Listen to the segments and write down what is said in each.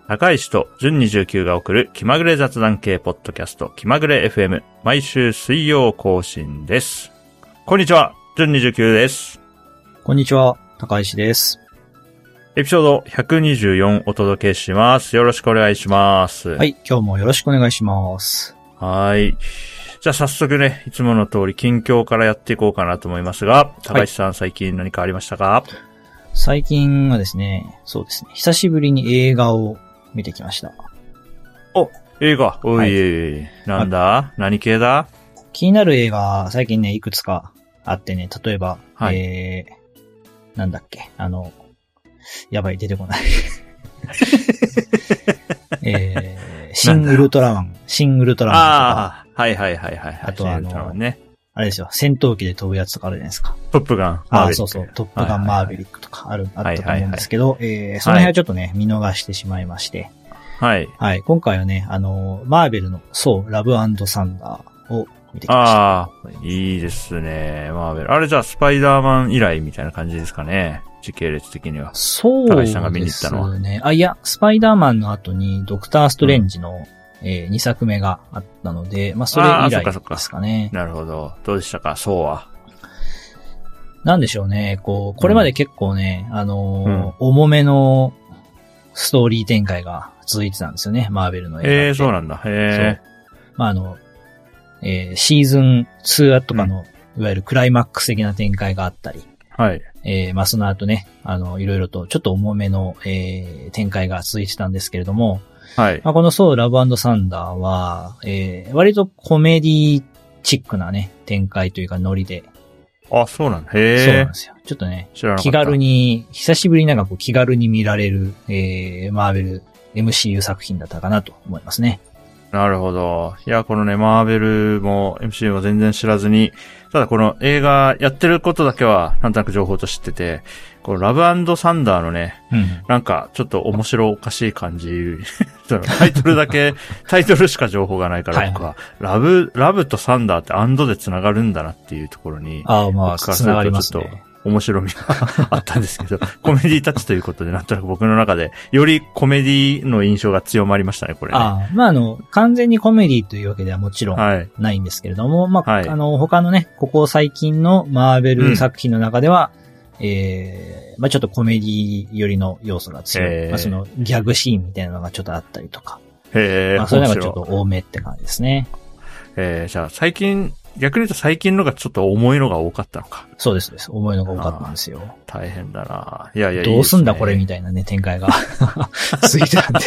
高石と準29が送る気まぐれ雑談系ポッドキャスト気まぐれ FM、 毎週水曜更新です。こんにちは、準29です。 こんにちは、高石です。 エピソード124お届けします。よろしくお願いします。 はい、今日もよろしくお願いします。 はい。じゃあ早速ね、いつもの通り近況からやっていこうかなと思いますが、高石さん、最近何かありましたか？ 最近はですね、そうですね、久しぶりに映画を見てきました。 お、映画。おい、なんだ？何系だ？ 気になる映画、最近ね、いくつかあってね、例えば、 はい、 なんだっけ、やばい、出てこない。シン・ウルトラマン。 ああ、はい。 あとね、 あれですよ、戦闘機で飛ぶやつとかあるじゃないですか。 トップガン。 そう、トップガンマーヴェリックとかあったと思うんですけど、その辺はちょっとね、見逃してしまいまして。 はい。 はい、今回はね、マーベルの、そう、ラブ&サンダーを見てきました。 ああ、いいですね、マーベル。あれじゃあ、スパイダーマン以来みたいな感じですかね。時系列的には。 そうですね。 高橋さんが見に行ったのは。 いや、スパイダーマンの後にドクターストレンジの、2作目があったので、まあ、それ以来ですかね。 なるほど。どうでしたか、そうは。 なんでしょうね、これまで結構ね、重めのストーリー展開が続いてたんですよね、マーベルの映画。 そうなんだ。 まあ、シーズン2とかの、いわゆるクライマックス的な展開があったり、 はい。 まあ、その後ね、いろいろとちょっと重めの、展開が続いてたんですけれども、 はい。 まあ、このソウ・ラブ&サンダーは、割とコメディチックなね、展開というかノリで。 あ、そうなんだ。 そうなんですよ。ちょっとね、気軽に、久しぶりになんか気軽に見られる、マーベル MCU 作品だったかなと思いますね。 なるほど。いや、このね、マーベルも MCU も全然知らずに、ただこの映画やってることだけはなんとなく情報と知ってて、このラブ&サンダーのね、なんかちょっと面白おかしい感じ。タイトルしか情報がないから僕は、ラブとサンダーってアンドで繋がるんだなっていうところに、 まあ、繋がりますね。 面白みがあったんですけど、コメディタッチということで、なんとなく僕の中で、よりコメディの印象が強まりましたね、これね。 まあ、完全にコメディというわけではもちろんないんですけれども、まあ、他のね、ここ最近のマーベル作品の中では、まあ、ちょっとコメディ寄りの要素が強い。まあ、そのギャグシーンみたいなのがちょっとあったりとか。まあ、それがちょっと多めって感じですね。 じゃあ逆に言うと最近のがちょっと重いのが多かったのか。 そうです。重いのが多かったんですよ。 大変だな。いや、 どうすんだこれみたいなね、展開がついてたんで。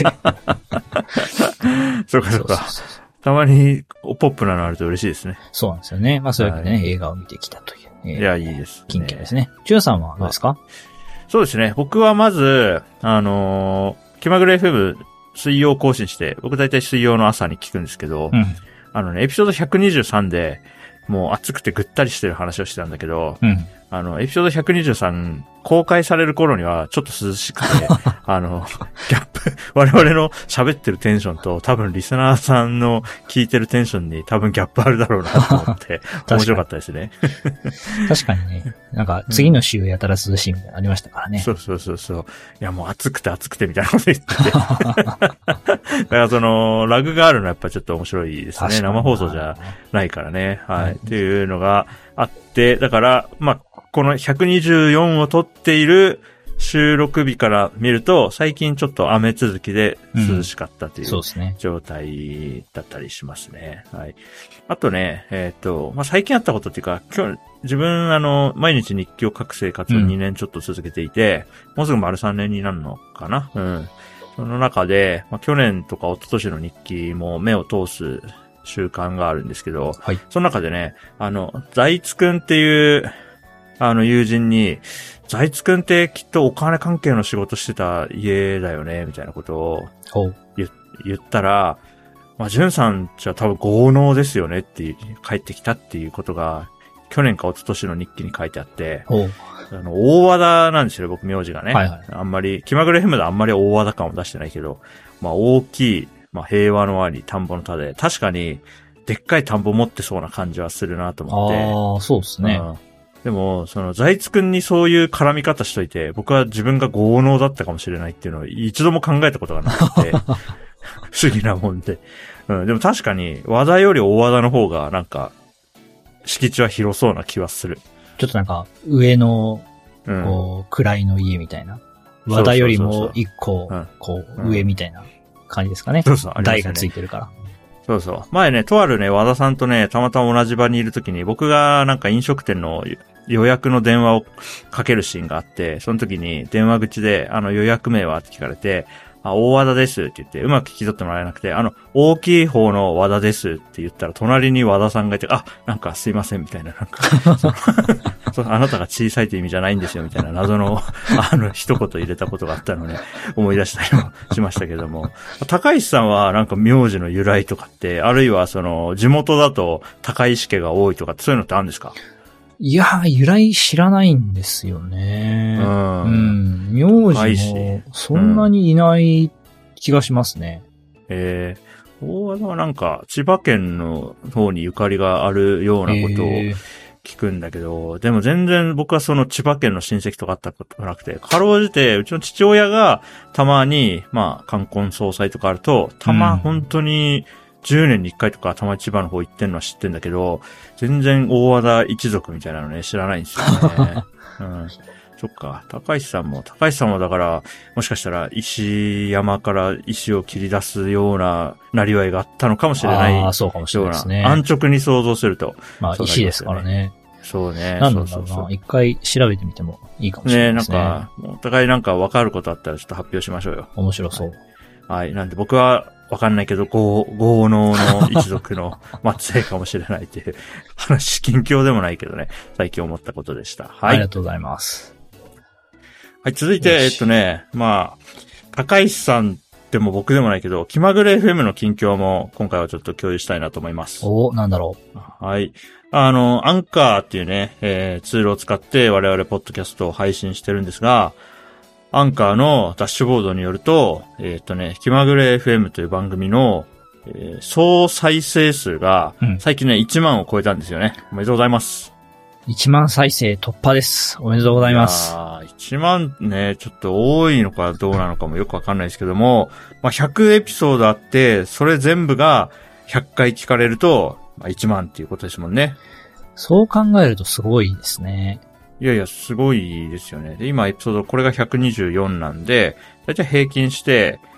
そうか。たまにポップなのあると嬉しいですね。 そうなんですよね。まあそういうわけでね、映画を見てきたという。 いや、いいです、ね。 近況ですね。中さんはどうですか？ そうですね。僕はまず、気まぐれ FM 水曜更新して、僕大体水曜の朝に聞くんですけど、エピソード123で、もう熱くてぐったりしてる話をしてたんだけど、エピソード123公開される頃にはちょっと涼しくて、ギャップ、我々の喋ってるテンションと多分リスナーさんの聞いてるテンションに多分ギャップあるだろうなと思って、面白かったですね。 確かにね。なんか次の週やたら涼しいみたいなのありましたからね。 そう。いやもう暑くてみたいなこと言ってて。だからその、ラグがあるのはやっぱちょっと面白いですね。生放送じゃないからね。はい。っていうのがあって、だから、まあ、この124を撮っている収録日から見ると、最近ちょっと雨続きで涼しかったという状態だったりしますね。はい。あとね、まあ、最近あったことっていうか、自分毎日日記を書く生活を2年ちょっと続けていて、もうすぐ丸3年になるのかな。その中で、まあ、去年とか一昨年の日記も目を通す習慣があるんですけど、その中でね、財津くんっていう、友人に、財津くんってきっとお金関係の仕事してた家だよね、みたいなことを言ったら、まあ、じゅんさんじゃ多分豪農ですよねって帰ってきたっていうことが、去年か一昨年の日記に書いてあって、大和田なんですよ、僕名字がね。あんまり、気まぐれ FM であんまり大和田感を出してないけど、まあ大きい、まあ平和のあり、田んぼの田で、確かに、でっかい田んぼ持ってそうな感じはするなと思って。 そうですね。 でも、財津くんにそういう絡み方しといて、僕は自分が豪農だったかもしれないっていうのを一度も考えたことがなくて、不思議なもんで。うん、でも確かに、和田より大和田の方が、なんか、敷地は広そうな気はする。 ちょっとなんか、上の、こう、位の家みたいな。和田よりも一個、こう、上みたいな感じですかね。 そうそう、 台がついてるから。 そうそう。前ね、とあるね、和田さんとね、たまたま同じ場にいるときに、僕がなんか飲食店の予約の電話をかけるシーンがあって、その時に電話口で、予約名はって聞かれて、大和田ですって言って、うまく聞き取ってもらえなくて、大きい方の和田ですって言ったら、隣に和田さんがいて、なんかすいませんみたいな、なんか、あなたが小さいという意味じゃないんですよみたいな謎の、一言入れたことがあったので、思い出したりもしましたけども。高石さんはなんか名字の由来とかって、あるいは地元だと高石家が多いとかってそういうのってあるんですか？ いやー、由来知らないんですよね。名字もそんなにいない気がしますね。 大和田はなんか千葉県の方にゆかりがあるようなことを聞くんだけど、でも全然僕はその千葉県の親戚とかあったことがなくて、かろうじてうちの父親がたまに、冠婚葬祭とかあると、本当に10年に1回とかたまに千葉の方行ってんのは知ってんだけど、全然大和田一族みたいなのね、知らないんですよね。そっか。高石さんもだから、もしかしたら石山から石を切り出すようななりわいがあったのかもしれない。 そうかもしれないですね。 安直に想像すると。 石ですからね。 そうね。 なんだろうな。一回調べてみてもいいかもしれないですね。 なんか、お互いなんか分かることあったらちょっと発表しましょうよ。 面白そう。 はい。なんで僕は、わかんないけど、豪農の一族の末裔かもしれないっていう話、近況でもないけどね、最近思ったことでした。はい。 ありがとうございます。 はい、続いて、高石さんでも僕でもないけど、気まぐれ FM の近況も今回はちょっと共有したいなと思います。 なんだろう。はい。アンカーっていうね、ツールを使って我々ポッドキャストを配信してるんですが、アンカーのダッシュボードによると、気まぐれ FM という番組の、総再生数が、最近ね、1万を超えたんですよね。おめでとうございます。 1万再生突破です。おめでとうございます。 1万ね、ちょっと多いのかどうなのかもよくわかんないですけども、100エピソードあって、それ全部が100回聞かれると、1万っていうことですもんね。 そう考えるとすごいですね。 いやいや、すごいですよね。で、今エピソード、これが124なんで、だいたい平均して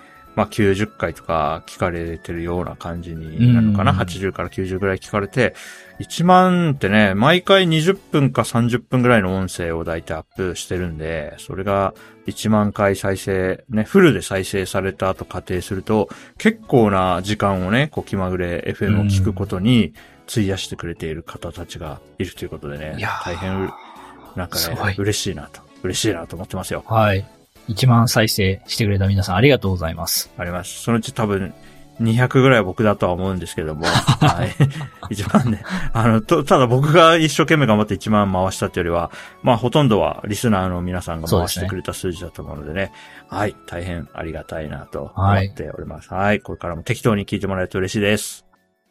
、90回とか聞かれてるような感じになるのかな。80から90ぐらい聞かれて、1万ってね、毎回20分か30分ぐらいの音声をだいたいアップしてるんで、それが1万回再生、ね、フルで再生されたと仮定すると、結構な時間をね、気まぐれ FM を聞くことに費やしてくれている方たちがいるということでね、大変なんかね、嬉しいなと思ってますよ。 はい。1万再生してくれた皆さんありがとうございます。 あります。そのうち多分200ぐらいは僕だとは思うんですけども、はい。1万ね。ただ僕が一生懸命頑張って1万回したっていうよりは、ほとんどはリスナーの皆さんが回してくれた数字だと思うのでね。はい。大変ありがたいなと思っております。はい。これからも適当に聞いてもらえると嬉しいです。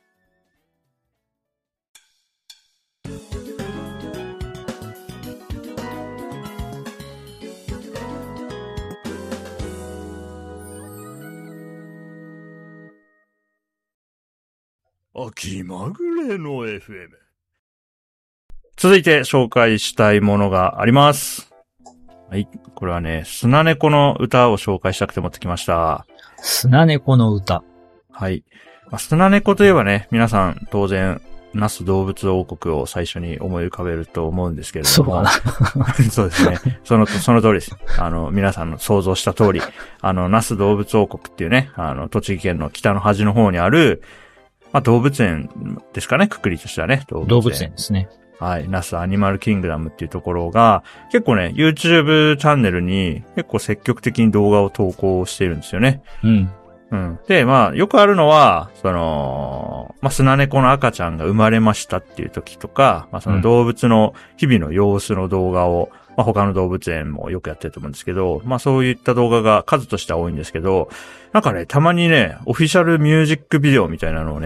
気まぐれの FM。続いて紹介したいものがあります。はい。これはね、スナネコの歌を紹介したくて持ってきました。 スナネコの歌。 はい。スナネコといえばね、皆さん当然、那須動物王国を最初に思い浮かべると思うんですけれども。 そうかな。 そうですね。その通りです。皆さんの想像した通り、那須動物王国っていうね、栃木県の北の端の方にある、動物園ですかね、くくりとしてはね。 動物園ですね。 はい。那須アニマルキングダムっていうところが、結構ね、YouTube チャンネルに結構積極的に動画を投稿しているんですよね。で、よくあるのは、スナネコの赤ちゃんが生まれましたっていう時とか、その動物の日々の様子の動画を、他の動物園もよくやってると思うんですけど、そういった動画が数としては多いんですけど、なんかね、たまにね、オフィシャルミュージックビデオみたいなのをね、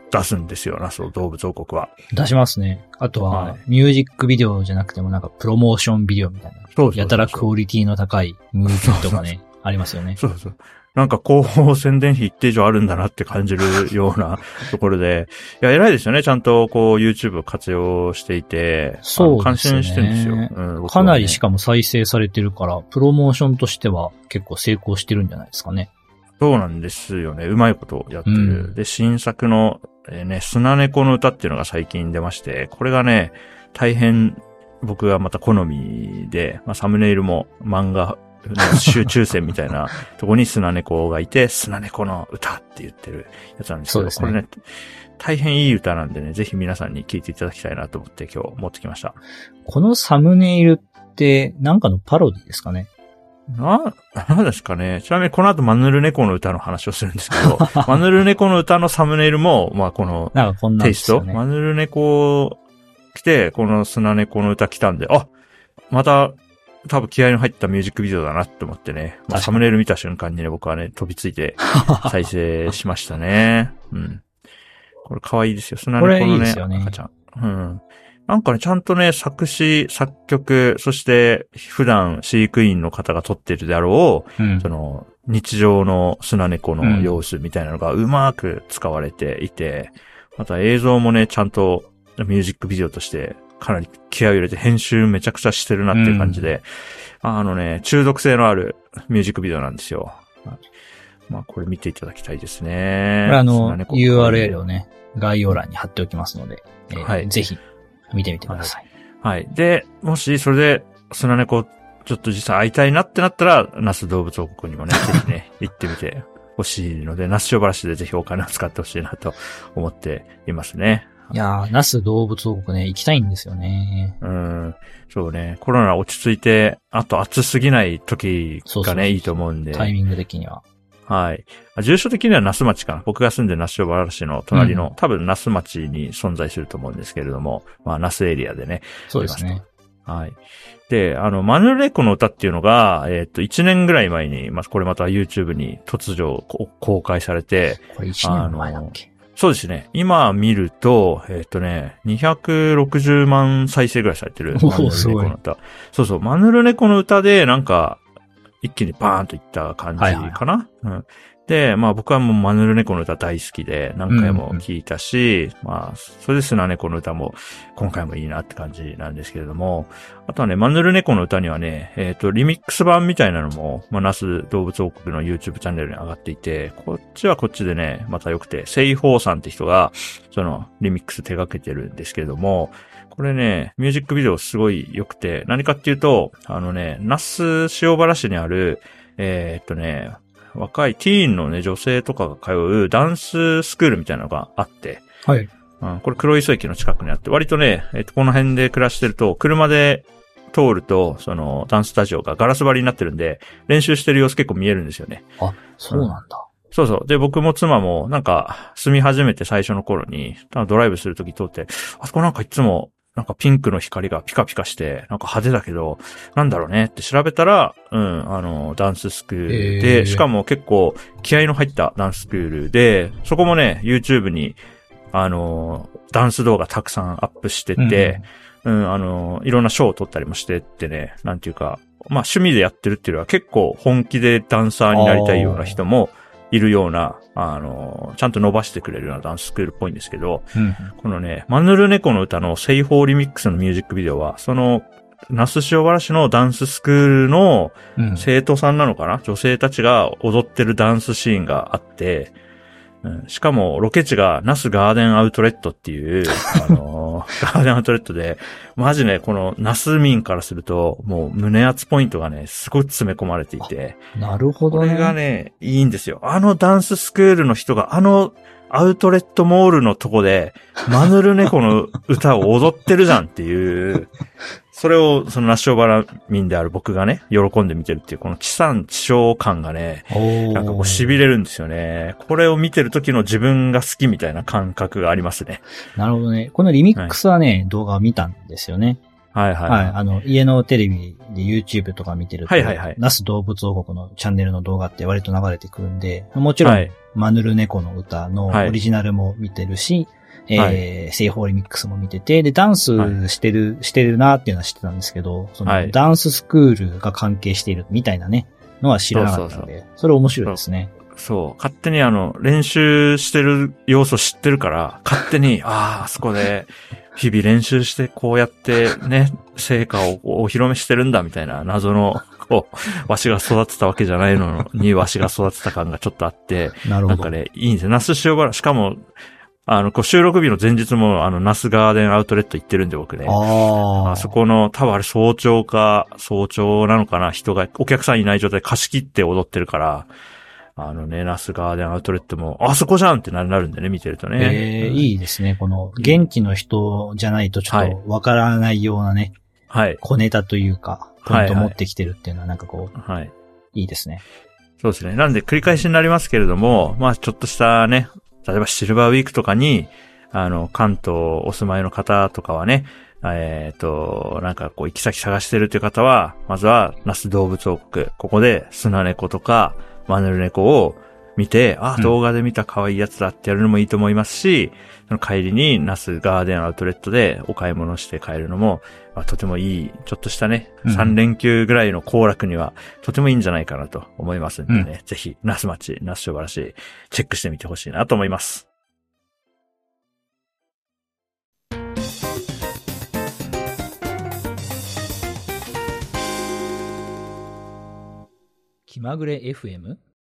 出すんですよ、那須動物王国は。 出しますね。あとは、ミュージックビデオじゃなくてもなんかプロモーションビデオみたいな。そうやたらクオリティの高いムービーとかね、ありますよね。 そうそう。なんか広報宣伝費一定以上あるんだなって感じるようなところで、いや、偉いですよね。ちゃんとこう YouTube を活用していて、 そう感心してるんですよ。 かなりしかも再生されてるから、プロモーションとしては結構成功してるんじゃないですかね。 そうなんですよね。うまいことやってる。で、新作の、砂猫の歌っていうのが最近出まして、これがね、大変僕がまた好みで、サムネイルも漫画、集中戦みたいなとこに砂猫がいて、砂猫の歌って言ってるやつなんですけど、そうですね、これね、大変いい歌なんでね、ぜひ皆さんに聴いていただきたいなと思って今日持ってきました。 このサムネイルってなんかのパロディですかね？ なんですかね。ちなみにこの後マヌルネコの歌の話をするんですけど、マヌルネコの歌のサムネイルも、このテイスト、マヌルネコ来て、この砂猫の歌来たんで、また多分気合の入ったミュージックビデオだなって思ってね、サムネイル見た瞬間にね、僕はね、飛びついて再生しましたね。これ可愛いですよ。砂猫のね、赤ちゃん。なんかね、ちゃんとね、作詞、作曲、そして普段飼育員の方が撮ってるであろう、その日常の砂猫の様子みたいなのがうまく使われていて、また映像もね、ちゃんとミュージックビデオとしてかなり気合を入れて編集めちゃくちゃしてるなっていう感じで、中毒性のあるミュージックビデオなんですよ。これ見ていただきたいですね。 これURL をね、概要欄に貼っておきますので、ぜひ見てみてください。 はい。で、もしそれで砂猫ちょっと実際会いたいなってなったら、那須動物王国にもね、ぜひね、行ってみてほしいので、那須塩原市でぜひお金を使ってほしいなと思っていますね。 いやー、那須動物王国ね、行きたいんですよね。 そうね。コロナ落ち着いて、あと暑すぎない時がね、いいと思うんで。 タイミング的には。 はい。住所的には那須町かな。僕が住んでる那須塩原市の隣の、多分那須町に存在すると思うんですけれども、那須エリアでね。 そうですね。 はい。で、マヌルネコの歌っていうのが、1年ぐらい前に、これまた YouTube に突如公開されて、 これ1年前だっけ？ そうですね。今見ると、260万再生ぐらいされてる。マヌルネコの歌。そうそう。マヌルネコの歌で、なんか、一気にバーンといった感じかな。で、僕はもうマヌルネコの歌大好きで何回も聴いたし、それで砂猫の歌も今回もいいなって感じなんですけれども、あとはね、マヌルネコの歌にはね、リミックス版みたいなのも、那須動物王国の YouTube チャンネルに上がっていて、こっちはこっちでね、また良くて、セイホーさんって人が、そのリミックス手掛けてるんですけれども、これね、ミュージックビデオすごい良くて、何かっていうと、那須塩原市にある、若いティーンのね、女性とかが通うダンススクールみたいなのがあって。 はい。 これ黒磯駅の近くにあって、割とね、この辺で暮らしてると、車で通ると、そのダンススタジオがガラス張りになってるんで、練習してる様子結構見えるんですよね。 あ、そうなんだ。 そうそう。で、僕も妻も、なんか、住み始めて最初の頃に、ドライブするとき通って、あそこなんかいつも、なんかピンクの光がピカピカして、なんか派手だけど、なんだろうねって調べたら、ダンススクールで、しかも結構気合の入ったダンススクールで、そこもね、YouTube に、ダンス動画たくさんアップしてて、いろんな賞を取ったりもしてってね、なんていうか、趣味でやってるっていうよりは結構本気でダンサーになりたいような人もいるような、ちゃんと伸ばしてくれるようなダンススクールっぽいんですけど、このね、マヌルネコの歌のセイホーリミックスのミュージックビデオは、その、那須塩原市のダンススクールの生徒さんなのかな、女性たちが踊ってるダンスシーンがあって、しかもロケ地が那須ガーデンアウトレットっていう、ガーデンアウトレットで、マジね、この那須民からすると、もう胸熱ポイントがね、すごい詰め込まれていて。 なるほどね。 これがね、いいんですよ。ダンススクールの人が、アウトレットモールのとこで、マヌルネコの歌を踊ってるじゃんっていう、それを、その那須塩原民である僕がね、喜んで見てるっていう、この地産地消感がね、なんかこう痺れるんですよね。これを見てる時の自分が好きみたいな感覚がありますね。 なるほどね。このリミックスはね、動画を見たんですよね。 はいはい。 家のテレビで YouTube とか見てると、 はいはいはい。 那須動物王国のチャンネルの動画って割と流れてくるんで、もちろん、 マヌルネコの歌のオリジナルも見てるし、西方リミックスも見てて、で、ダンスしてるなっていうのは知ってたんですけど、その、ダンススクールが関係しているみたいなね、のは知らなかったので、それ面白いですね。 そう。勝手に練習してる様子を知ってるから、勝手に、あそこで、日々練習してこうやってね、成果をお披露目してるんだみたいな謎の、わしが育てたわけじゃないのに、わしが育てた感がちょっとあって、 なるほど。 なんかね、いいんですよ。那須塩原、しかも、収録日の前日も、那須ガーデンアウトレット行ってるんで僕ね。あそこの、多分あれ早朝なのかな、お客さんいない状態で貸し切って踊ってるから、那須ガーデンアウトレットも、あそこじゃんってなるんでね、見てるとね。 いいですね。この、現地の人じゃないとちょっとわからないようなね、小ネタというか、ポイント持ってきてるっていうのはなんかこう、いいですね。 そうですね。なんで繰り返しになりますけれども、まあちょっとしたね、例えばシルバーウィークとかに、関東お住まいの方とかはね、なんかこう行き先探してるという方は、まずは那須動物王国、ここでスナネコとかマヌルネコを見て、動画で見た可愛いやつだってやるのもいいと思いますし、その帰りに那須ガーデンアウトレットでお買い物して帰るのも、とてもいい、ちょっとしたね、3連休ぐらいの行楽にはとてもいいんじゃないかなと思いますんでね、ぜひ那須塩原市チェックしてみてほしいなと思います。 気まぐれ FM？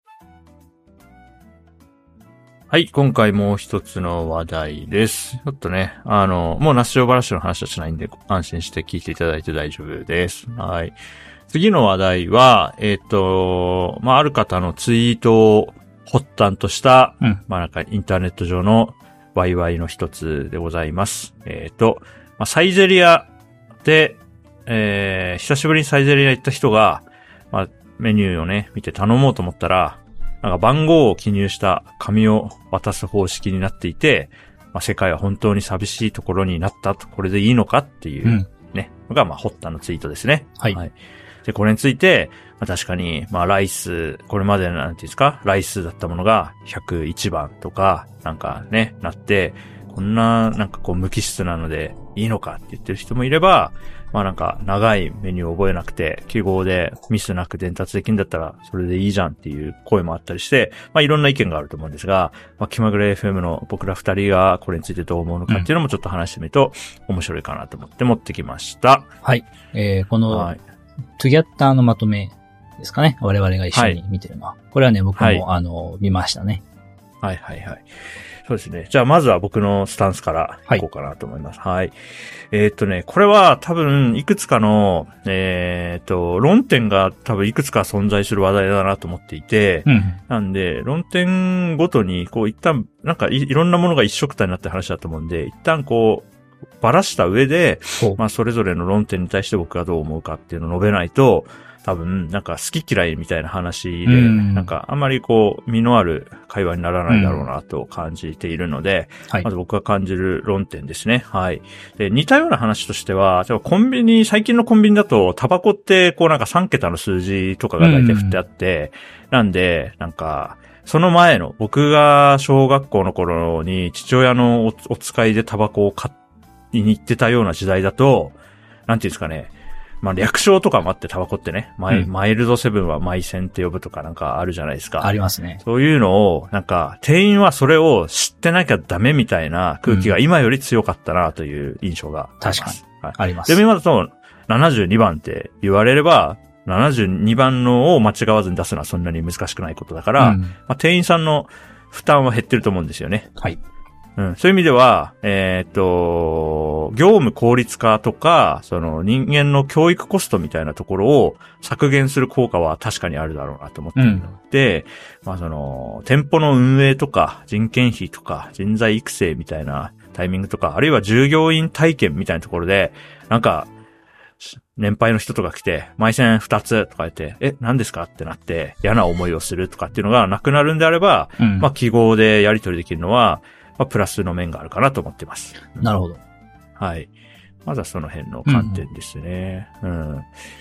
はい、今回もう一つの話題です。ちょっとね、もう那須塩原市の話はしないんで、安心して聞いていただいて大丈夫です。はい。次の話題は、ある方のツイートを発端とした、なんかインターネット上のワイワイの一つでございます。サイゼリアで、久しぶりにサイゼリア行った人が、メニューをね、見て頼もうと思ったら、なんか番号を記入した紙を渡す方式になっていて、世界は本当に寂しいところになったと、これでいいのかっていうね、のが、発端のツイートですね。 はい。 で、これについて、確かに、ライス、これまでなんていうんですか、ライスだったものが101番とか、なんかね、なって、こんな、なんかこう無機質なのでいいのかって言ってる人もいれば、なんか長いメニューを覚えなくて、記号でミスなく伝達できるんだったらそれでいいじゃんっていう声もあったりして、いろんな意見があると思うんですが、気まぐれ FM の僕ら二人がこれについてどう思うのかっていうのもちょっと話してみると面白いかなと思って持ってきました。 はい。この、トゥギャッターのまとめですかね。我々が一緒に見てるのは。これはね、僕も、見ましたね。 はいはいはい。そうですね。じゃあまずは僕のスタンスからいこうかなと思います。はい。これは多分いくつかの、論点が多分いくつか存在する話題だなと思っていて、なんで、論点ごとに、こう一旦、なんかいろんなものが一緒くたになって話だと思うんで、一旦こう、ばらした上で、それぞれの論点に対して僕がどう思うかっていうのを述べないと、多分、なんか好き嫌いみたいな話で、なんかあんまりこう、身のある会話にならないだろうなと感じているので、まず僕が感じる論点ですね。はい。で、似たような話としては、最近のコンビニだと、タバコってこうなんか3桁の数字とかが大体振ってあって、なんで、なんか、その前の、僕が小学校の頃に父親のお使いでタバコを買いに行ってたような時代だと、なんていうんですかね、略称とかもあってタバコってね、マイルドセブンはマイセンって呼ぶとかなんかあるじゃないですか。 ありますね。 そういうのを、なんか、店員はそれを知ってなきゃダメみたいな空気が今より強かったなという印象があります。 確かに。あります。 で、今だと72番って言われれば、72番のを間違わずに出すのはそんなに難しくないことだから、店員さんの負担は減ってると思うんですよね。 はい。 そういう意味では、業務効率化とか、その人間の教育コストみたいなところを削減する効果は確かにあるだろうなと思っているので、店舗の運営とか人件費とか人材育成みたいなタイミングとか、あるいは従業員体験みたいなところで、なんか、年配の人とか来て、マイセン2つとか言って、何ですかってなって嫌な思いをするとかっていうのがなくなるんであれば、記号でやり取りできるのは、プラスの面があるかなと思っています。 なるほど。 はい。まずはその辺の観点ですね。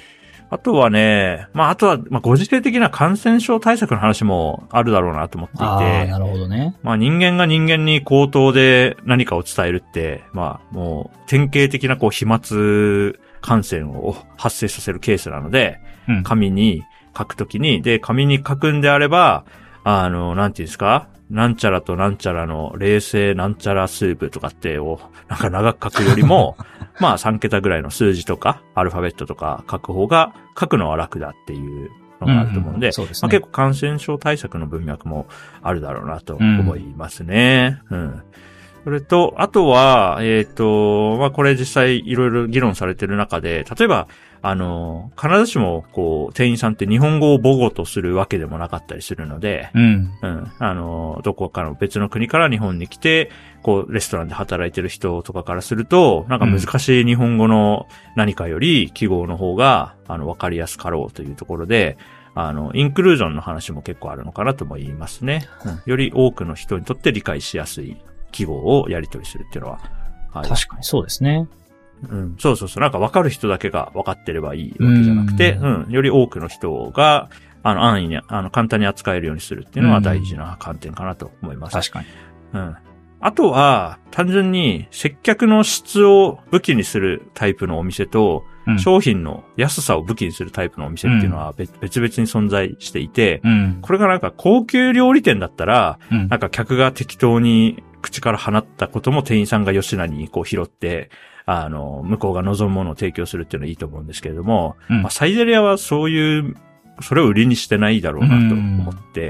あとはね、あとは、ご時世的な感染症対策の話もあるだろうなと思っていて。 なるほどね。 人間が人間に口頭で何かを伝えるって、もう、典型的な飛沫感染を発生させるケースなので、紙に書くときに、で、紙に書くんであれば、なんていうんですか？なんちゃらとなんちゃらの冷製なんちゃらスープとかってを、長く書くよりも、3桁ぐらいの数字とか、アルファベットとか書く方が、書くのは楽だっていうのがあると思うので、 そうですね。 結構感染症対策の文脈もあるだろうなと思いますね。それと、あとは、これ実際いろいろ議論されてる中で、例えば、必ずしも、店員さんって日本語を母語とするわけでもなかったりするので、どこかの別の国から日本に来て、レストランで働いてる人とかからすると、難しい日本語の何かより記号の方が、わかりやすかろうというところで、インクルージョンの話も結構あるのかなとも言いますね。より多くの人にとって理解しやすい記号をやり取りするっていうのは。 確かにそうですね。 そう。分かる人だけが分かってればいいわけじゃなくて、より多くの人が、安易に、簡単に扱えるようにするっていうのは大事な観点かなと思います。 確かに。 あとは、単純に接客の質を武器にするタイプのお店と、商品の安さを武器にするタイプのお店っていうのは別々に存在していて、これが高級料理店だったら、客が適当に口から放ったことも店員さんが吉なに拾って、向こうが望むものを提供するっていうのはいいと思うんですけれども、サイゼリヤはそれを売りにしてないだろうなと思って、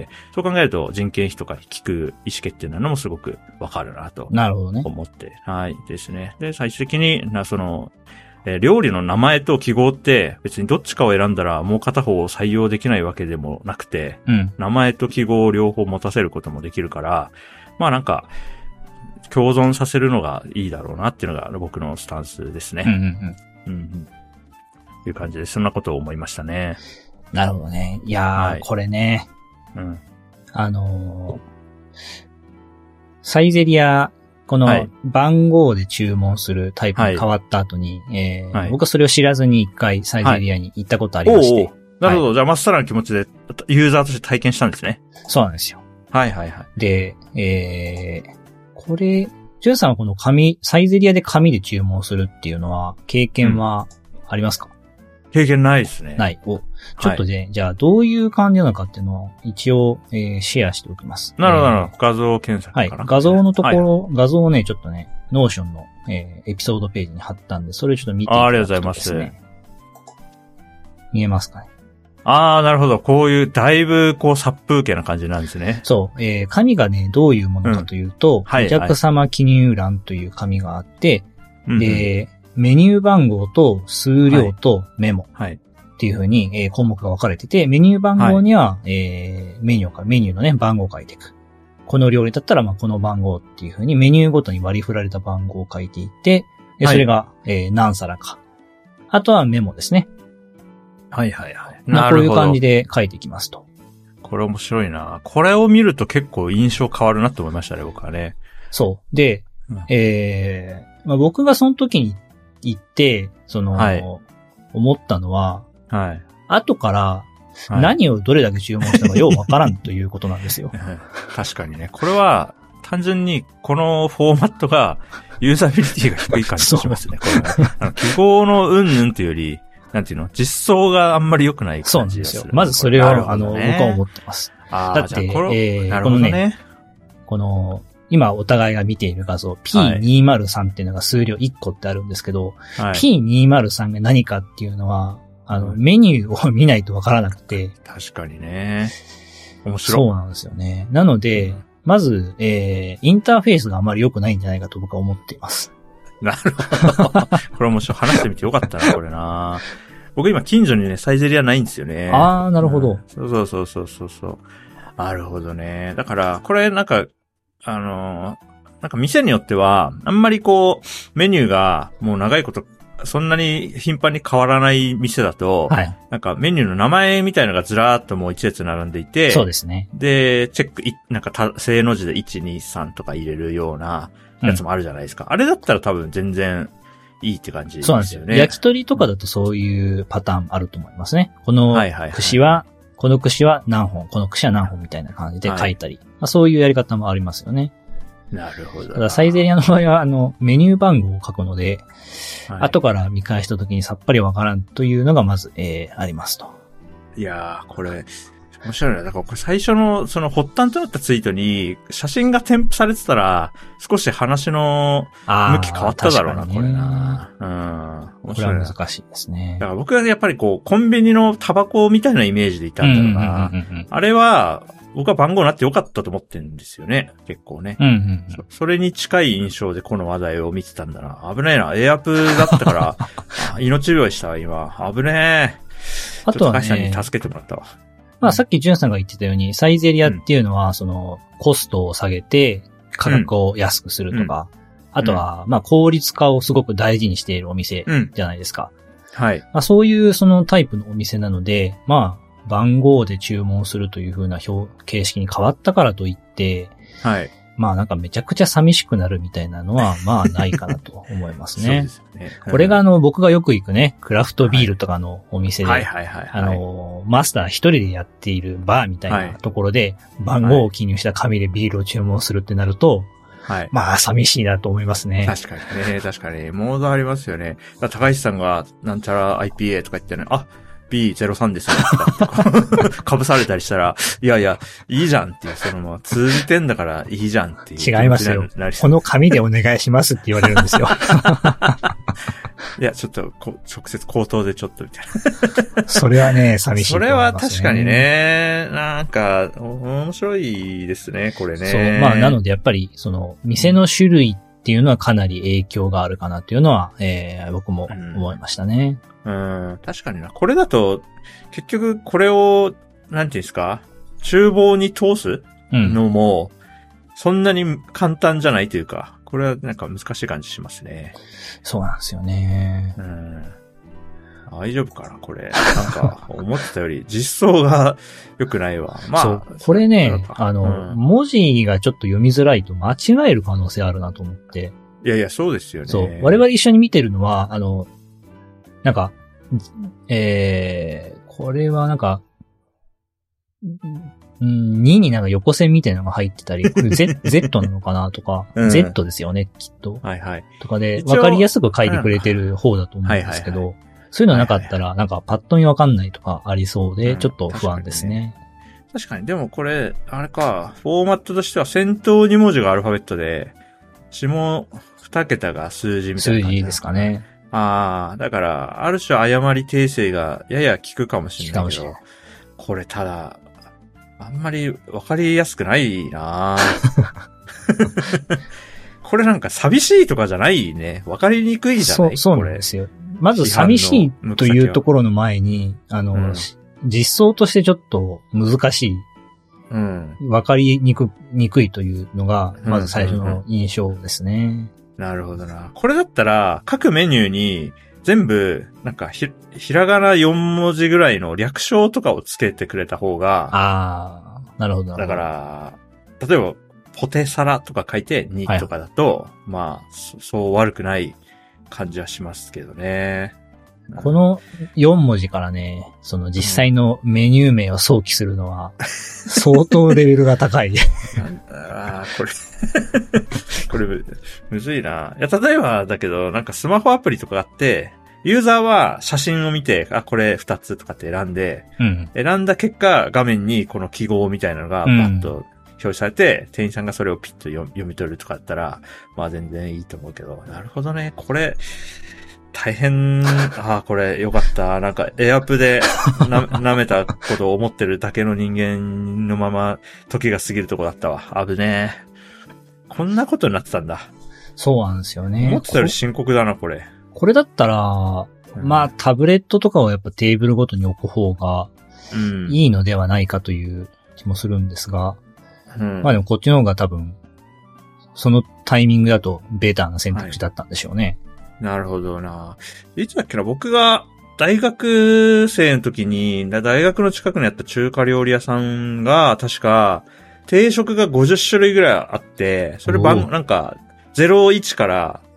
そう考えると人件費とか聞く意思決定なのもすごくわかるなと思って、はいですね。で、最終的に料理の名前と記号って別にどっちかを選んだらもう片方を採用できないわけでもなくて、名前と記号を両方持たせることもできるから、共存させるのがいいだろうなっていうのが僕のスタンスですね。いう感じで、そんなことを思いましたね。 なるほどね。いやー、これね。サイゼリヤ、この番号で注文するタイプに変わった後に、僕はそれを知らずに一回サイゼリヤに行ったことありまして。 なるほど。じゃあ、まっさらな気持ちでユーザーとして体験したんですね。 そうなんですよ。で、これ、ジュンさんはこのサイゼリヤで紙で注文するっていうのは、経験はありますか？ 経験ないですね。 ない。ちょっとね、じゃあどういう感じなのかっていうのを一応、シェアしておきます。 なるほど。画像検索かな。 画像のところ、画像をね、ちょっとね、ノーションの、エピソードページに貼ったんで、それをちょっと見ていただきたいですね。 ありがとうございます。 見えますかね。 なるほど。こういう、だいぶ、殺風景な感じなんですね。 そう。紙がね、どういうものかというと、お客様記入欄という紙があって、で、メニュー番号と数量とメモっていう風に、項目が分かれてて、メニュー番号には、メニューのね、番号を書いていく。この料理だったら、この番号っていう風にメニューごとに割り振られた番号を書いていって、でそれが、何皿か。あとはメモですね。 こういう感じで書いていきますと。 これ面白いな。これを見ると結構印象変わるなって思いましたね、僕はね。 そう。で、僕がその時に行って、思ったのは、後から何をどれだけ注文したのかようわからんということなんですよ。 確かにね。これは単純にこのフォーマットがユーザビリティが低い感じがしますね。これ記号のうんぬんというより、なんていうの？実装があんまり良くない感じがする。 そうなんですよ。まずそれを、僕は思ってます。だって、このね、今お互いが見ている画像、P203 っていうのが数量1個ってあるんですけど、P203 が何かっていうのは、メニューを見ないとわからなくて。 確かにね。面白い。 そうなんですよね。なので、まず、インターフェースがあまり良くないんじゃないかと僕は思っています。 なるほど。これ面白い。話してみてよかったな、これな。僕今近所にね、サイゼリヤないんですよね。 なるほど。 そう。なるほどね。だから、これなんか店によっては、あんまりメニューがもう長いこと、そんなに頻繁に変わらない店だと、なんかメニューの名前みたいなのがずらーっともう一列並んでいて、 そうですね。 で、チェック、なんか正の字で1、2、3とか入れるようなやつもあるじゃないですか。あれだったら多分全然いいって感じですよね。 そうなんですよ。焼き鳥とかだとそういうパターンあると思いますね。この串は何本、この串は何本みたいな感じで書いたり。そういうやり方もありますよね。 なるほど。 ただサイゼリアの場合は、メニュー番号を書くので、後から見返した時にさっぱりわからんというのがまず、ありますと。 いやー、これ、面白いな。だからこれ最初の、その発端となったツイートに、写真が添付されてたら、少し話の向き変わっただろうな、これな。面白いな。 これは難しいですね。 だから僕はやっぱりこう、コンビニのタバコみたいなイメージでいたんだろうな。あれは、僕は番号になってよかったと思ってるんですよね。結構ね。それに近い印象でこの話題を見てたんだな。危ねえな。エアプだったから、命拾いしたわ、今。危ねえ。あとはね、高橋さんに助けてもらったわ。 まあさっきジュンさんが言ってたように、サイゼリアっていうのは、その、コストを下げて、価格を安くするとか、あとは、まあ効率化をすごく大事にしているお店じゃないですか。 はい。 まあそういうそのタイプのお店なので、まあ、番号で注文するという風な形式に変わったからといって、はい。まあなんかめちゃくちゃ寂しくなるみたいなのは、まあないかなと思いますね。そうですね。これが僕がよく行くね、クラフトビールとかのお店で、マスター一人でやっているバーみたいなところで、番号を記入した紙でビールを注文するってなると、はい。まあ、寂しいなと思いますね。 確かにね、確かに。モードありますよね。高橋さんが、なんちゃら IPA とか言ってね、B03 ですね。かぶされたりしたら、いやいや、いいじゃんっていう、そのまま通じてんだからいいじゃんっていう。 違いますよ。この紙でお願いしますって言われるんですよ。 いや、ちょっと、直接口頭でちょっとみたいな。 それはね、寂しいと思いますね。 それは確かにね、なんか、面白いですね、これね。 そう、まあ、なのでやっぱり、その、店の種類っていうのはかなり影響があるかなっていうのは、僕も思いましたね。 確かにな。これだと、結局これを、なんていうんですか、厨房に通すのも、そんなに簡単じゃないというか、これはなんか難しい感じしますね。 そうなんですよね。 大丈夫かなこれ。なんか、思ってたより実装が良くないわ。まあ。そう。 これね、文字がちょっと読みづらいと間違える可能性あるなと思って。 いやいや、そうですよね。 そう。我々一緒に見てるのは、なんか、これはなんか、2になんか横線みたいなのが入ってたり、これ Z なのかなとか、Z ですよね、きっと。 はいはい。 とかで、わかりやすく書いてくれてる方だと思うんですけど、そういうのなかったら、なんかパッと見わかんないとかありそうで、ちょっと不安ですね。 確かに、でもこれ、あれか、フォーマットとしては先頭2文字がアルファベットで、下2桁が数字みたいな感じ。 数字ですかね。 だから、ある種誤り訂正がやや効くかもしれないけど、これただ、あんまりわかりやすくないなこれなんか寂しいとかじゃないね。わかりにくいじゃない？ そうなんですよ。まず寂しいというところの前に、実装としてちょっと難しい。わかりにくいというのが、まず最初の印象ですね。 なるほどな。これだったら、各メニューに全部、なんかひらがな4文字ぐらいの略称とかをつけてくれた方が、 なるほど。 だから、例えば、ポテサラとか書いて2とかだと、まあ、そう悪くない感じはしますけどね。 この4文字からね、その実際のメニュー名を想起するのは、相当レベルが高い。 これ、むずいな。いや、例えばだけど、なんかスマホアプリとかあって、ユーザーは写真を見て、これ2つとかって選んで、選んだ結果、画面にこの記号みたいなのがバッと表示されて、店員さんがそれをピッと読み取るとかだったら、まあ全然いいと思うけど、なるほどね。これ、大変、これよかった。なんかエアプで舐めたことを思ってるだけの人間のまま時が過ぎるとこだったわ。危ねえ。こんなことになってたんだ。 そうなんですよね。 思ってたより深刻だな、これ。 これだったら、まあタブレットとかをやっぱテーブルごとに置く方がいいのではないかという気もするんですが、まあでもこっちの方が多分、そのタイミングだとベータな選択肢だったんでしょうね。 なるほどな。いつだっけな、僕が大学生の時に、大学の近くにあった中華料理屋さんが、確か、定食が50種類ぐらいあって、それなんか、01から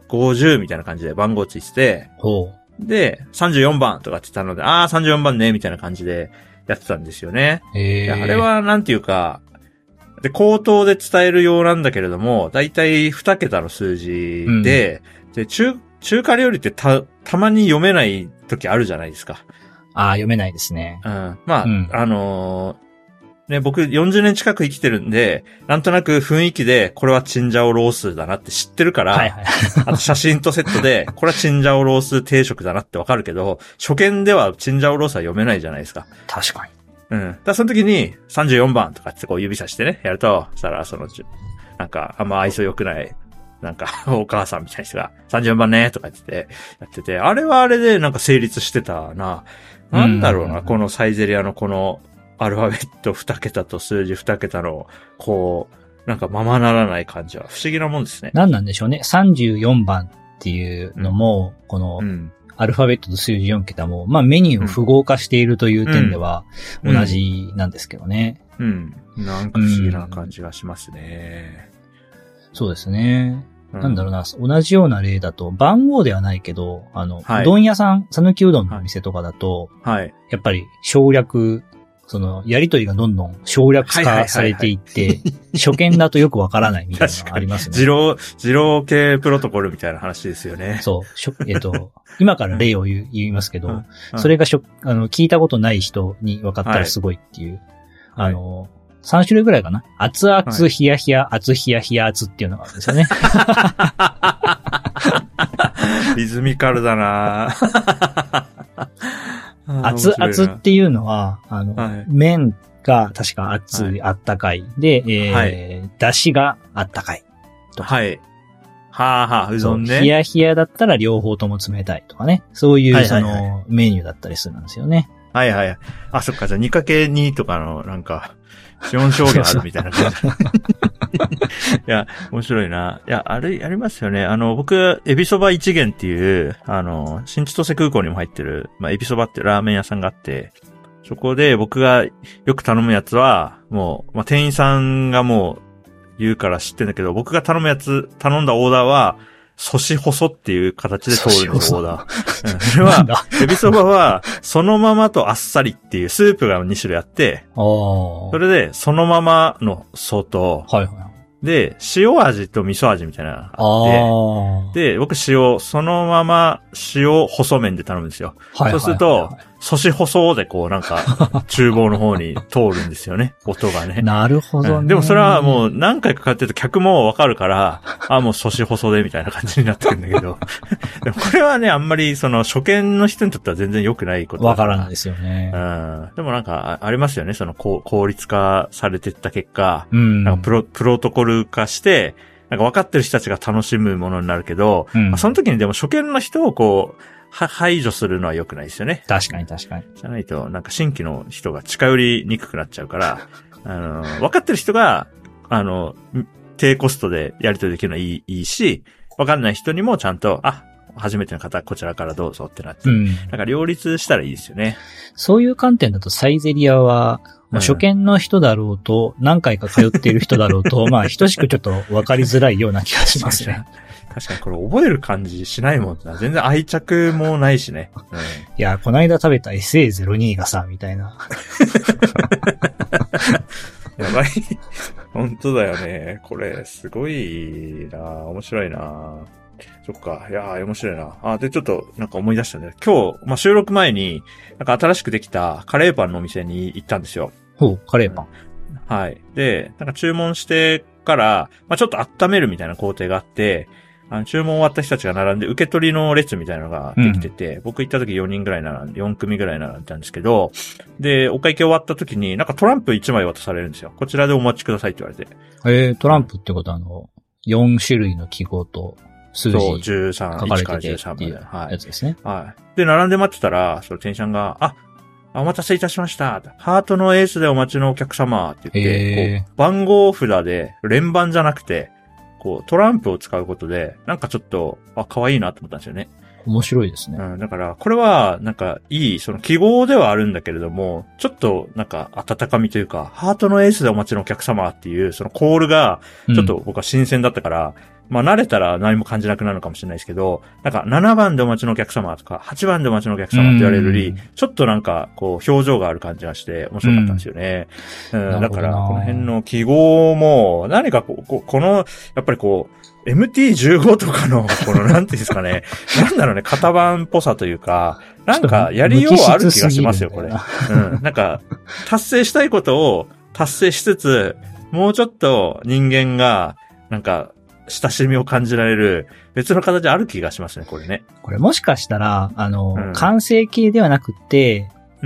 50みたいな感じで番号ついてて、で、34番とかって言ったので、34番ね、みたいな感じでやってたんですよね。あれはなんていうか、で、口頭で伝えるようなんだけれども、だいたい2桁の数字で、で、中華料理ってたまに読めない時あるじゃないですか。 読めないですね。 まあ、ね、僕40年近く生きてるんで、なんとなく雰囲気で、これはチンジャオロースだなって知ってるから、あと写真とセットで、これはチンジャオロース定食だなってわかるけど、初見ではチンジャオロースは読めないじゃないですか。 確かに。 だその時に34番とかってこう指さしてね、やると、そしたらなんかあんま愛想良くない、なんかお母さんみたいな人が34番ねとか言ってやってて、あれはあれでなんか成立してたな。なんだろうな、このサイゼリアのこのアルファベット2桁と数字2桁の、こう、なんかままならない感じは不思議なもんですね。 なんでしょうね。34番っていうのも、この、アルファベットと数字4桁も、まあメニューを符号化しているという点では同じなんですけどね。 なんか不思議な感じがしますね。 そうですね。なんだろうな、同じような例だと、番号ではないけど、うどん屋さん、讃岐うどんのお店とかだと、やっぱり省略、やりとりがどんどん省略化されていって、初見だとよくわからないみたいなのがありますね。 二郎系プロトコルみたいな話ですよね。 そう。今から例を言いますけど、それが聞いたことない人に分かったらすごいっていう、3種類ぐらいかな。熱々、冷や冷や、熱冷や冷や熱っていうのがあるんですよね。 リズミカルだな熱々っていうのは、麺が確か熱い、あったかい。で、出汁があったかい。とか。 うどんね。 冷や冷やだったら両方とも冷たいとかね。そういうメニューだったりするんですよね。 そっか、じゃあ 2×2 とかのなんか、4証言あるみたいな感じ。いや、面白いな。いや、ありますよね。僕、エビそば一元っていう、新千歳空港にも入ってる、エビそばってラーメン屋さんがあって、そこで僕がよく頼むやつは、もう、店員さんがもう言うから知ってんだけど、僕が頼んだオーダーは、寿司細っていう形で通るんです、オーダー。それは、エビそばは、そのままとあっさりっていうスープが2種類あって、それで、そのままの素と、で、塩味と味噌味みたいなのがあって、で、僕そのまま塩細麺で頼むんですよ。そうすると、寿司細でこうなんか、厨房の方に通るんですよね。音がね。 なるほどね。 でもそれはもう何回か買ってると客もわかるから、もう寿司細でみたいな感じになってるんだけど。でもこれはね、あんまり初見の人にとっては全然良くないことだから。 わからないですよね。 でもなんか、ありますよね。効率化されてった結果、なんかプロトコル化して、なんか分かってる人たちが楽しむものになるけど、その時にでも初見の人をこう、排除するのは良くないですよね。 確かに。じゃないと、なんか新規の人が近寄りにくくなっちゃうから、分かってる人が、低コストでやり取りできるのはいいし、分かんない人にもちゃんと、初めての方、こちらからどうぞってなって、なんか両立したらいいですよね。 そういう観点だとサイゼリアは、初見の人だろうと、何回か通っている人だろうと、等しくちょっと分かりづらいような気がしますね。 確かにこれ覚える感じしないもんな。全然愛着もないしね。 いや、この間食べた SA02 がさ、みたいな。 やばい。本当だよね。これ、すごいな。面白いな。そっか。いやー、面白いな。で、ちょっと、なんか思い出したね。今日、収録前に、なんか新しくできたカレーパンのお店に行ったんですよ。 カレーパン。 はい。で、なんか注文してから、ちょっと温めるみたいな工程があって、注文終わった人たちが並んで、受け取りの列みたいなのができてて、僕行った時4人ぐらい並んで、4組ぐらい並んでたんですけど、で、お会計終わった時に、なんかトランプ1枚渡されるんですよ。こちらでお待ちくださいって言われて。トランプってことは4種類の記号と数字そう、13、1から13まで。 やつですね。 はい。で、並んで待ってたら、その店員さんが、お待たせいたしました。ハートのエースでお待ちのお客様って言って、こう番号札で連番じゃなくて、こうトランプを使うことで、なんかちょっと、可愛いなと思ったんですよね。 面白いですね。 だから、これは、なんか、いい、記号ではあるんだけれども、ちょっと、なんか、温かみというか、ハートのエースでお待ちのお客様っていう、コールが、ちょっと僕は新鮮だったから、 まあ慣れたら何も感じなくなるのかもしれないですけど、なんか7番でお待ちのお客様とか、8番でお待ちのお客様って言われるより、ちょっとなんかこう表情がある感じがして面白かったんですよね。だからこの辺の記号も、何かこの、やっぱりこう、MT15 とかの、この、なんていうんですかね、なんだろうね、型番っぽさというか、なんかやりようある気がしますよ、これ。なんか、達成したいことを達成しつつ、もうちょっと人間が、なんか、親しみを感じられる別の形ある気がしますね、これね。 これもしかしたら、完成形ではなくて、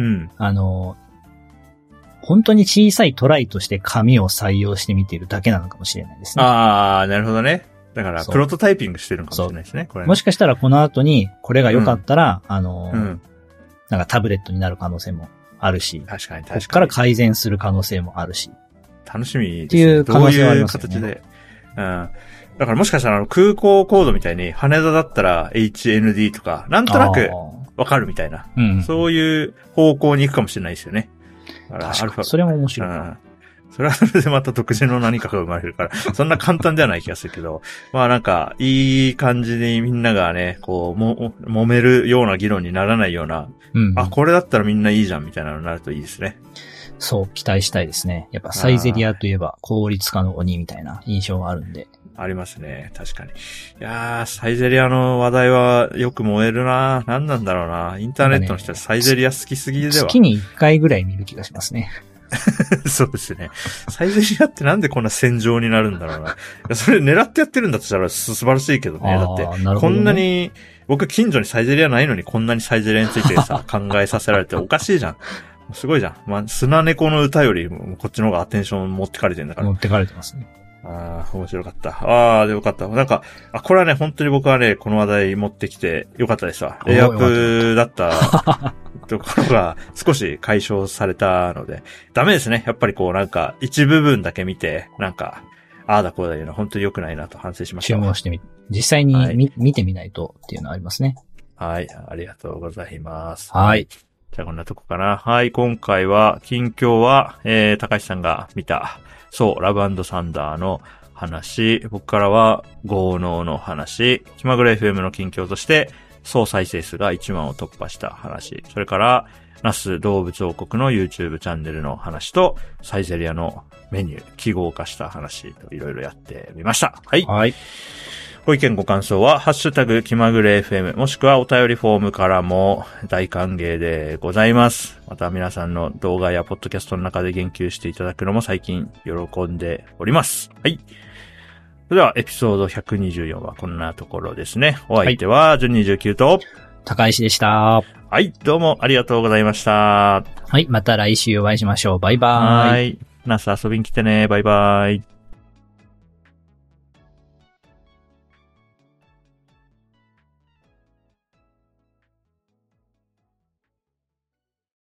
本当に小さいトライとして紙を採用してみているだけなのかもしれないですね。 ああ、なるほどね。だから、プロトタイピングしてるのかもしれないですね、これね。 もしかしたらこの後に、これが良かったら、なんかタブレットになる可能性もあるし、 確かに。 ここから改善する可能性もあるし。 楽しみですね。 っていう可能性はありますね。 どういう形で。だからもしかしたら空港コードみたいに羽田だったら HND とか、なんとなくわかるみたいな、そういう方向に行くかもしれないですよね。 だから確かにそれも面白い。 それはそれでまた独自の何かが生まれるから、そんな簡単ではない気がするけど、まあなんか、いい感じにみんながね、こう、揉めるような議論にならないような、これだったらみんないいじゃんみたいなのになるといいですね。 そう、期待したいですね。やっぱサイゼリアといえば効率化の鬼みたいな印象があるんで。 ありますね。確かに。いやー、サイゼリアの話題はよく燃えるな。何なんだろうな。インターネットの人はサイゼリア好きすぎでは。 月に1回ぐらい見る気がしますね。 そうですね。サイゼリアってなんでこんな戦場になるんだろうな。それ狙ってやってるんだとしたら素晴らしいけどね。だって、こんなに、僕近所にサイゼリアないのにこんなにサイゼリアについてさ、考えさせられておかしいじゃん。すごいじゃん。まあ、砂猫の歌よりもこっちの方がアテンション持ってかれてるんだから。 持ってかれてますね。 ああ、面白かった。でよかった。なんか、これはね、本当に僕はね、この話題持ってきてよかったですわ。レイアップだったところが少し解消されたので、ダメですね。やっぱりこうなんか、一部分だけ見て、なんか、ああだこうだ言うのは本当に良くないなと反省しました。 注文して実際に見てみないとっていうのはありますね。 はい、ありがとうございます。 はい。 じゃあこんなとこかな。はい、今回は、近況は、高橋さんが見た、そう、ラブ&サンダーの話、僕からは、豪農の話、気まぐれ FM の近況として、総再生数が1万を突破した話、それから、那須動物王国の YouTube チャンネルの話と、サイゼリアのメニュー、記号化した話といろいろやってみました。はい。 はい。 ご意見ご感想は、ハッシュタグ気まぐれ FM、もしくはお便りフォームからも大歓迎でございます。また皆さんの動画やポッドキャストの中で言及していただくのも最近喜んでおります。はい。それではエピソード124はこんなところですね。お相手は、順29と、 高石でした。 はい、どうもありがとうございました。 はい、また来週お会いしましょう。バイバーイ。 はい。那須遊びに来てね。バイバイ。